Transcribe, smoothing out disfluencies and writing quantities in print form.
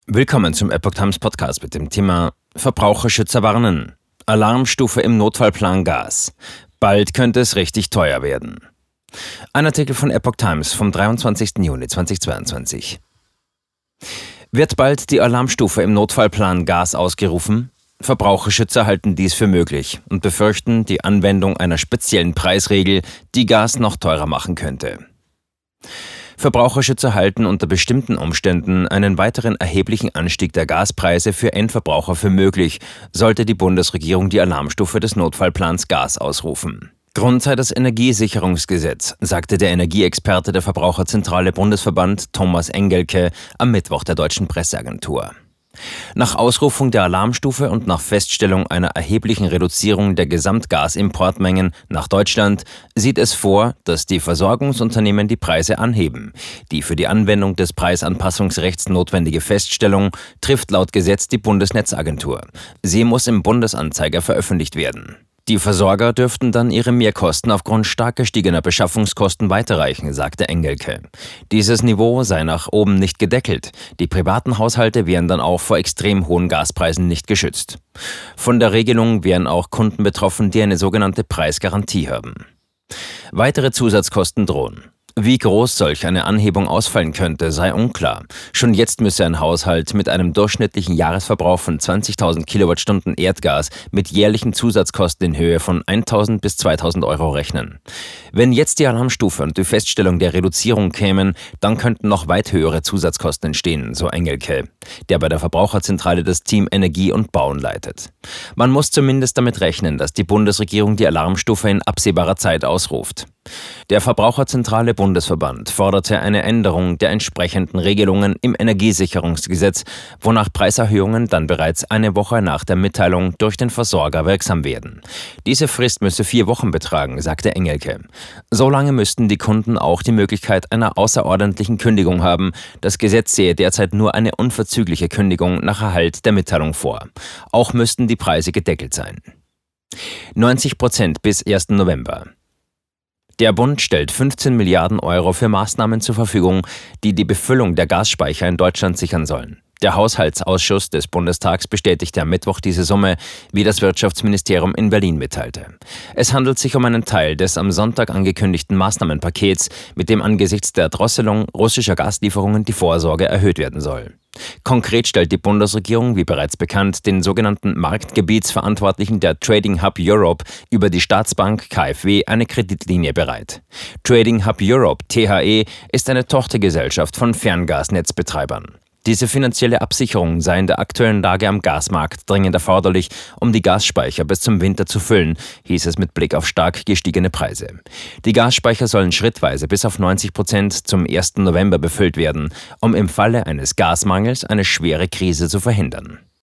Willkommen zum Epoch Times Podcast mit dem Thema Verbraucherschützer warnen. Alarmstufe im Notfallplan Gas. Bald könnte es richtig teuer werden. Ein Artikel von Epoch Times vom 23. Juni 2022. Wird bald die Alarmstufe im Notfallplan Gas ausgerufen? Verbraucherschützer halten dies für möglich und befürchten die Anwendung einer speziellen Preisregel, die Gas noch teurer machen könnte. Verbraucherschützer halten unter bestimmten Umständen einen weiteren erheblichen Anstieg der Gaspreise für Endverbraucher für möglich, sollte die Bundesregierung die Alarmstufe des Notfallplans Gas ausrufen. Grund sei das Energiesicherungsgesetz, sagte der Energieexperte der Verbraucherzentrale Bundesverband Thomas Engelke am Mittwoch der Deutschen Presseagentur. Nach Ausrufung der Alarmstufe und nach Feststellung einer erheblichen Reduzierung der Gesamtgasimportmengen nach Deutschland sieht es vor, dass die Versorgungsunternehmen die Preise anheben. Die für die Anwendung des Preisanpassungsrechts notwendige Feststellung trifft laut Gesetz die Bundesnetzagentur. Sie muss im Bundesanzeiger veröffentlicht werden. Die Versorger dürften dann ihre Mehrkosten aufgrund stark gestiegener Beschaffungskosten weiterreichen, sagte Engelke. Dieses Niveau sei nach oben nicht gedeckelt. Die privaten Haushalte wären dann auch vor extrem hohen Gaspreisen nicht geschützt. Von der Regelung wären auch Kunden betroffen, die eine sogenannte Preisgarantie haben. Weitere Zusatzkosten drohen. Wie groß solch eine Anhebung ausfallen könnte, sei unklar. Schon jetzt müsse ein Haushalt mit einem durchschnittlichen Jahresverbrauch von 20.000 Kilowattstunden Erdgas mit jährlichen Zusatzkosten in Höhe von 1.000 bis 2.000 Euro rechnen. Wenn jetzt die Alarmstufe und die Feststellung der Reduzierung kämen, dann könnten noch weit höhere Zusatzkosten entstehen, so Engelke, der bei der Verbraucherzentrale das Team Energie und Bauen leitet. Man muss zumindest damit rechnen, dass die Bundesregierung die Alarmstufe in absehbarer Zeit ausruft. Der Verbraucherzentrale Bundesverband forderte eine Änderung der entsprechenden Regelungen im Energiesicherungsgesetz, wonach Preiserhöhungen dann bereits eine Woche nach der Mitteilung durch den Versorger wirksam werden. Diese Frist müsse 4 Wochen betragen, sagte Engelke. Solange müssten die Kunden auch die Möglichkeit einer außerordentlichen Kündigung haben. Das Gesetz sehe derzeit nur eine unverzügliche Kündigung nach Erhalt der Mitteilung vor. Auch müssten die Preise gedeckelt sein. 90% bis 1. November. Der Bund stellt 15 Milliarden Euro für Maßnahmen zur Verfügung, die die Befüllung der Gasspeicher in Deutschland sichern sollen. Der Haushaltsausschuss des Bundestags bestätigte am Mittwoch diese Summe, wie das Wirtschaftsministerium in Berlin mitteilte. Es handelt sich um einen Teil des am Sonntag angekündigten Maßnahmenpakets, mit dem angesichts der Drosselung russischer Gaslieferungen die Vorsorge erhöht werden soll. Konkret stellt die Bundesregierung, wie bereits bekannt, den sogenannten Marktgebietsverantwortlichen der Trading Hub Europe über die Staatsbank KfW eine Kreditlinie bereit. Trading Hub Europe, THE, ist eine Tochtergesellschaft von Ferngasnetzbetreibern. Diese finanzielle Absicherung sei in der aktuellen Lage am Gasmarkt dringend erforderlich, um die Gasspeicher bis zum Winter zu füllen, hieß es mit Blick auf stark gestiegene Preise. Die Gasspeicher sollen schrittweise bis auf 90% zum 1. November befüllt werden, um im Falle eines Gasmangels eine schwere Krise zu verhindern.